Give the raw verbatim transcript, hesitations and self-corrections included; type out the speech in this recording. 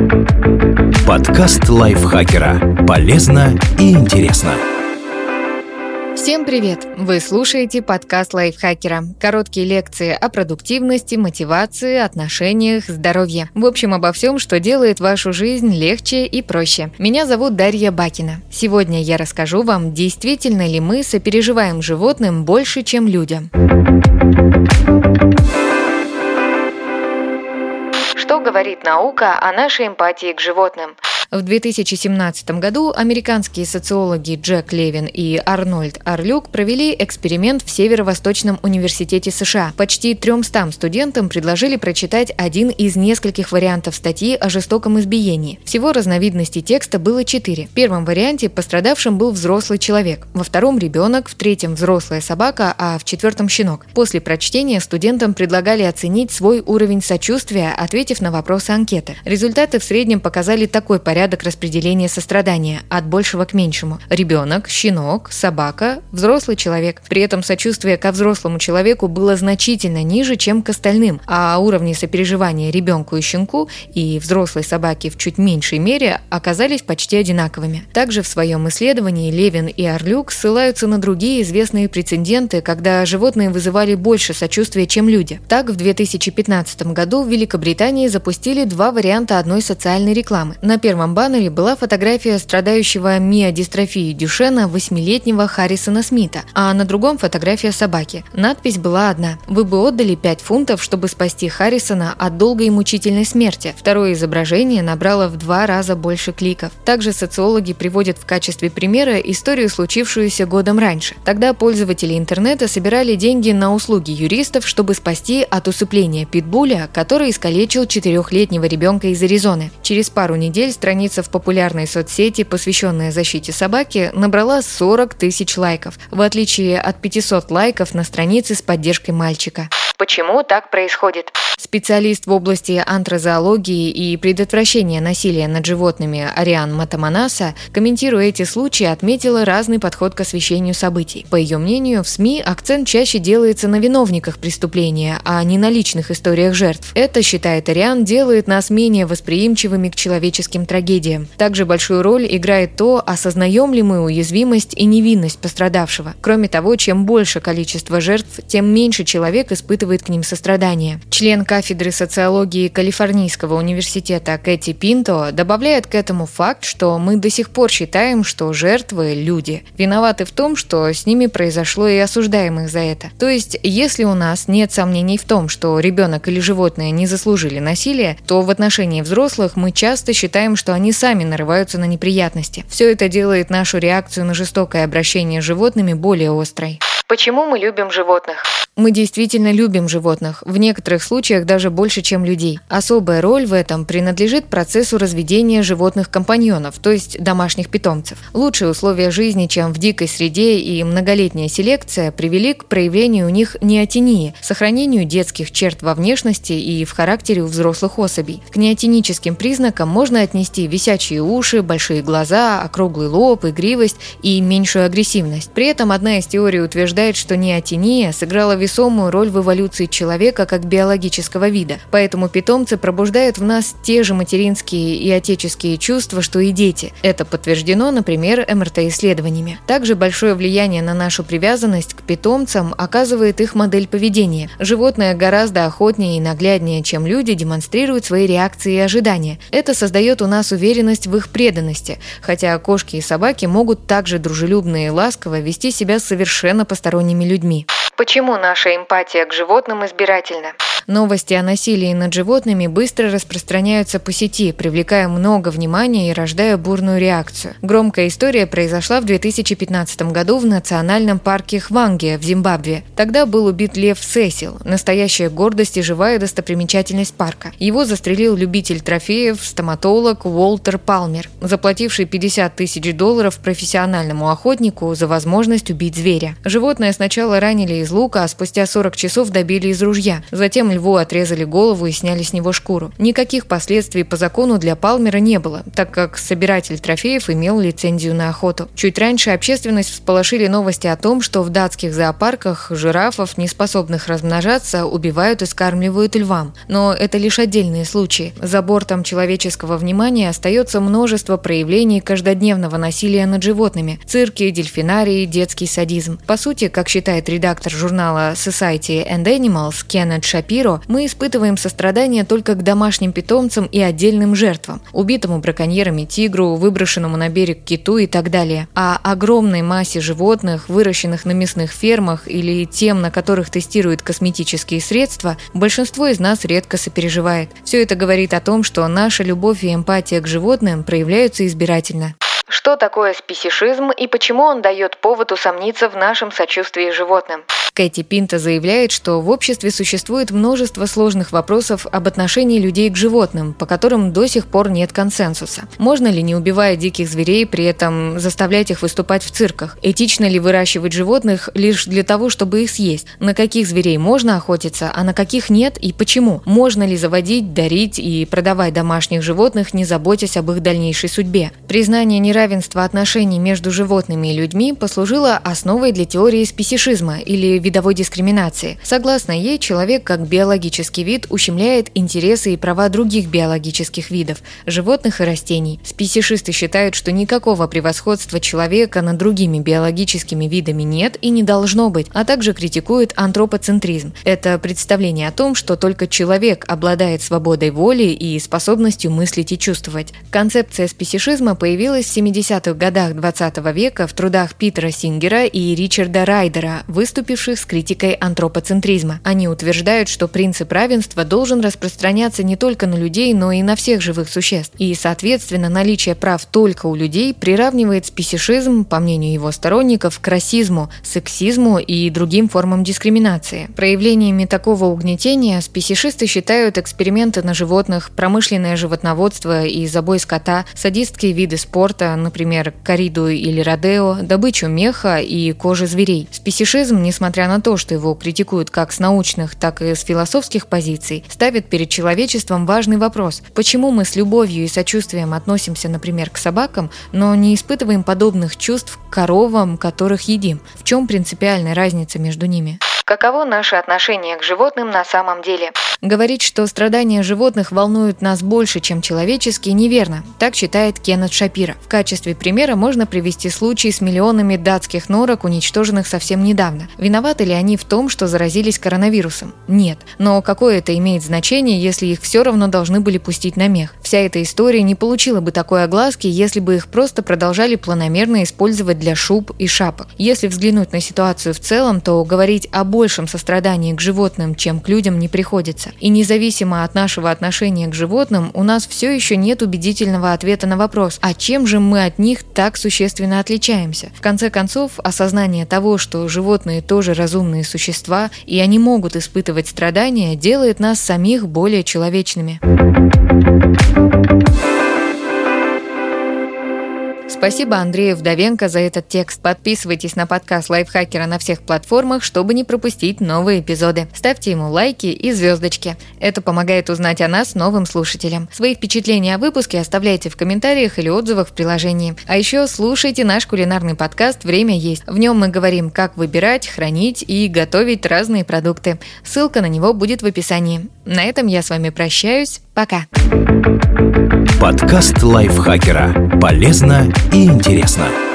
Подкаст лайфхакера. Полезно и интересно. Всем привет! Вы слушаете подкаст лайфхакера. Короткие лекции о продуктивности, мотивации, отношениях, здоровье. В общем, обо всем, что делает вашу жизнь легче и проще. Меня зовут Дарья Бакина. Сегодня я расскажу вам, действительно ли мы сопереживаем животным больше, чем людям. Что говорит наука о нашей эмпатии к животным? В две тысячи семнадцатом году американские социологи Джек Левин и Арнольд Арлюк провели эксперимент в Северо-Восточном университете США. Почти тремстам студентам предложили прочитать один из нескольких вариантов статьи о жестоком избиении. Всего разновидностей текста было четыре. В первом варианте пострадавшим был взрослый человек, во втором – ребенок, в третьем – взрослая собака, а в четвертом – щенок. После прочтения студентам предлагали оценить свой уровень сочувствия, ответив на вопросы анкеты. Результаты в среднем показали такой порядок порядок распределения сострадания от большего к меньшему. Ребенок, щенок, собака, взрослый человек. При этом сочувствие ко взрослому человеку было значительно ниже, чем к остальным, а уровни сопереживания ребенку и щенку и взрослой собаке в чуть меньшей мере оказались почти одинаковыми. Также в своем исследовании Левин и Арлюк ссылаются на другие известные прецеденты, когда животные вызывали больше сочувствия, чем люди. Так, в две тысячи пятнадцатом году в Великобритании запустили два варианта одной социальной рекламы. На первом В баннере была фотография страдающего миодистрофией Дюшена восьмилетнего Харрисона Смита, а на другом фотография собаки. Надпись была одна: «Вы бы отдали пять фунтов, чтобы спасти Харрисона от долгой и мучительной смерти». Второе изображение набрало в два раза больше кликов. Также социологи приводят в качестве примера историю, случившуюся годом раньше. Тогда пользователи интернета собирали деньги на услуги юристов, чтобы спасти от усыпления питбуля, который искалечил четырехлетнего ребенка из Аризоны. Через пару недель страница Страница в популярной соцсети, посвященная защите собаки, набрала сорок тысяч лайков, в отличие от пятисот лайков на странице с поддержкой мальчика. Почему так происходит? Специалист в области антрозоологии и предотвращения насилия над животными Ариан Матаманаса, комментируя эти случаи, отметила разный подход к освещению событий. По ее мнению, в СМИ акцент чаще делается на виновниках преступления, а не на личных историях жертв. Это, считает Ариан, делает нас менее восприимчивыми к человеческим трагедиям. Также большую роль играет то, осознаем ли мы уязвимость и невинность пострадавшего. Кроме того, чем больше количество жертв, тем меньше человек испытывает к ним сострадание. Член кафедры социологии Калифорнийского университета Кэти Пинто добавляет к этому факт, что мы до сих пор считаем, что жертвы – люди. Виноваты в том, что с ними произошло, и осуждаем их за это. То есть, если у нас нет сомнений в том, что ребенок или животное не заслужили насилия, то в отношении взрослых мы часто считаем, что они сами нарываются на неприятности. Все это делает нашу реакцию на жестокое обращение с животными более острой. Почему мы любим животных? Мы действительно любим животных, в некоторых случаях даже больше, чем людей. Особая роль в этом принадлежит процессу разведения животных-компаньонов, то есть домашних питомцев. Лучшие условия жизни, чем в дикой среде, и многолетняя селекция привели к проявлению у них неотении, сохранению детских черт во внешности и в характере у взрослых особей. К неотеническим признакам можно отнести висячие уши, большие глаза, округлый лоб, игривость и меньшую агрессивность. При этом одна из теорий утверждает, что неотения сыграла весомую роль в эволюции человека как биологического вида. Поэтому питомцы пробуждают в нас те же материнские и отеческие чувства, что и дети. Это подтверждено, например, эм эр тэ-исследованиями. Также большое влияние на нашу привязанность к питомцам оказывает их модель поведения. Животные гораздо охотнее и нагляднее, чем люди, демонстрируют свои реакции и ожидания. Это создает у нас уверенность в их преданности, хотя кошки и собаки могут также дружелюбно и ласково вести себя с совершенно посторонними людьми. Почему наша эмпатия к животным избирательна? Новости о насилии над животными быстро распространяются по сети, привлекая много внимания и рождая бурную реакцию. Громкая история произошла в две тысячи пятнадцатом году в национальном парке Хванге в Зимбабве. Тогда был убит лев Сесил, настоящая гордость и живая достопримечательность парка. Его застрелил любитель трофеев, стоматолог Уолтер Палмер, заплативший пятьдесят тысяч долларов профессиональному охотнику за возможность убить зверя. Животное сначала ранили из лука, а спустя сорок часов добили из ружья. Затем льву отрезали голову и сняли с него шкуру. Никаких последствий по закону для Палмера не было, так как собиратель трофеев имел лицензию на охоту. Чуть раньше общественность всполошили новости о том, что в датских зоопарках жирафов, не способных размножаться, убивают и скармливают львам. Но это лишь отдельные случаи. За бортом человеческого внимания остается множество проявлений каждодневного насилия над животными – цирки, дельфинарии, детский садизм. По сути, как считает редактор журнала Society and Animals Кеннет Шапиро, мы испытываем сострадание только к домашним питомцам и отдельным жертвам – убитому браконьерами тигру, выброшенному на берег киту и так далее. А огромной массе животных, выращенных на мясных фермах или тем, на которых тестируют косметические средства, большинство из нас редко сопереживает. Все это говорит о том, что наша любовь и эмпатия к животным проявляются избирательно. Что такое спесишизм и почему он дает повод усомниться в нашем сочувствии животным? Кэти Пинто заявляет, что в обществе существует множество сложных вопросов об отношении людей к животным, по которым до сих пор нет консенсуса. Можно ли, не убивая диких зверей, при этом заставлять их выступать в цирках? Этично ли выращивать животных лишь для того, чтобы их съесть? На каких зверей можно охотиться, а на каких нет и почему? Можно ли заводить, дарить и продавать домашних животных, не заботясь об их дальнейшей судьбе? Признание неравенства отношений между животными и людьми послужило основой для теории спесишизма или видовой дискриминации. Согласно ей, человек как биологический вид ущемляет интересы и права других биологических видов – животных и растений. Спесишисты считают, что никакого превосходства человека над другими биологическими видами нет и не должно быть, а также критикуют антропоцентризм. Это представление о том, что только человек обладает свободой воли и способностью мыслить и чувствовать. Концепция спесишизма появилась в семидесятых годах двадцатого века в трудах Питера Сингера и Ричарда Райдера, выступивших с критикой антропоцентризма. Они утверждают, что принцип равенства должен распространяться не только на людей, но и на всех живых существ. И, соответственно, наличие прав только у людей приравнивает спесишизм, по мнению его сторонников, к расизму, сексизму и другим формам дискриминации. Проявлениями такого угнетения спесишисты считают эксперименты на животных, промышленное животноводство и забой скота, садистские виды спорта, например, корриду или родео, добычу меха и кожи зверей. Спесишизм, несмотря на то, что его критикуют как с научных, так и с философских позиций, ставит перед человечеством важный вопрос: почему мы с любовью и сочувствием относимся, например, к собакам, но не испытываем подобных чувств к коровам, которых едим? В чем принципиальная разница между ними? Каково наше отношение к животным на самом деле? Говорить, что страдания животных волнуют нас больше, чем человеческие, неверно. Так считает Кеннет Шапиро. В качестве примера можно привести случай с миллионами датских норок, уничтоженных совсем недавно. Виноваты ли они в том, что заразились коронавирусом? Нет. Но какое это имеет значение, если их все равно должны были пустить на мех? Вся эта история не получила бы такой огласки, если бы их просто продолжали планомерно использовать для шуб и шапок. Если взглянуть на ситуацию в целом, то говорить о большем сострадании к животным, чем к людям, не приходится. И независимо от нашего отношения к животным, у нас все еще нет убедительного ответа на вопрос, а чем же мы от них так существенно отличаемся? В конце концов, осознание того, что животные тоже разумные существа, и они могут испытывать страдания, делает нас самих более человечными. Спасибо Андрею Вдовенко за этот текст. Подписывайтесь на подкаст Лайфхакера на всех платформах, чтобы не пропустить новые эпизоды. Ставьте ему лайки и звездочки. Это помогает узнать о нас новым слушателям. Свои впечатления о выпуске оставляйте в комментариях или отзывах в приложении. А еще слушайте наш кулинарный подкаст «Время есть». В нем мы говорим, как выбирать, хранить и готовить разные продукты. Ссылка на него будет в описании. На этом я с вами прощаюсь. Пока. Подкаст Лайфхакера. Полезно и интересно.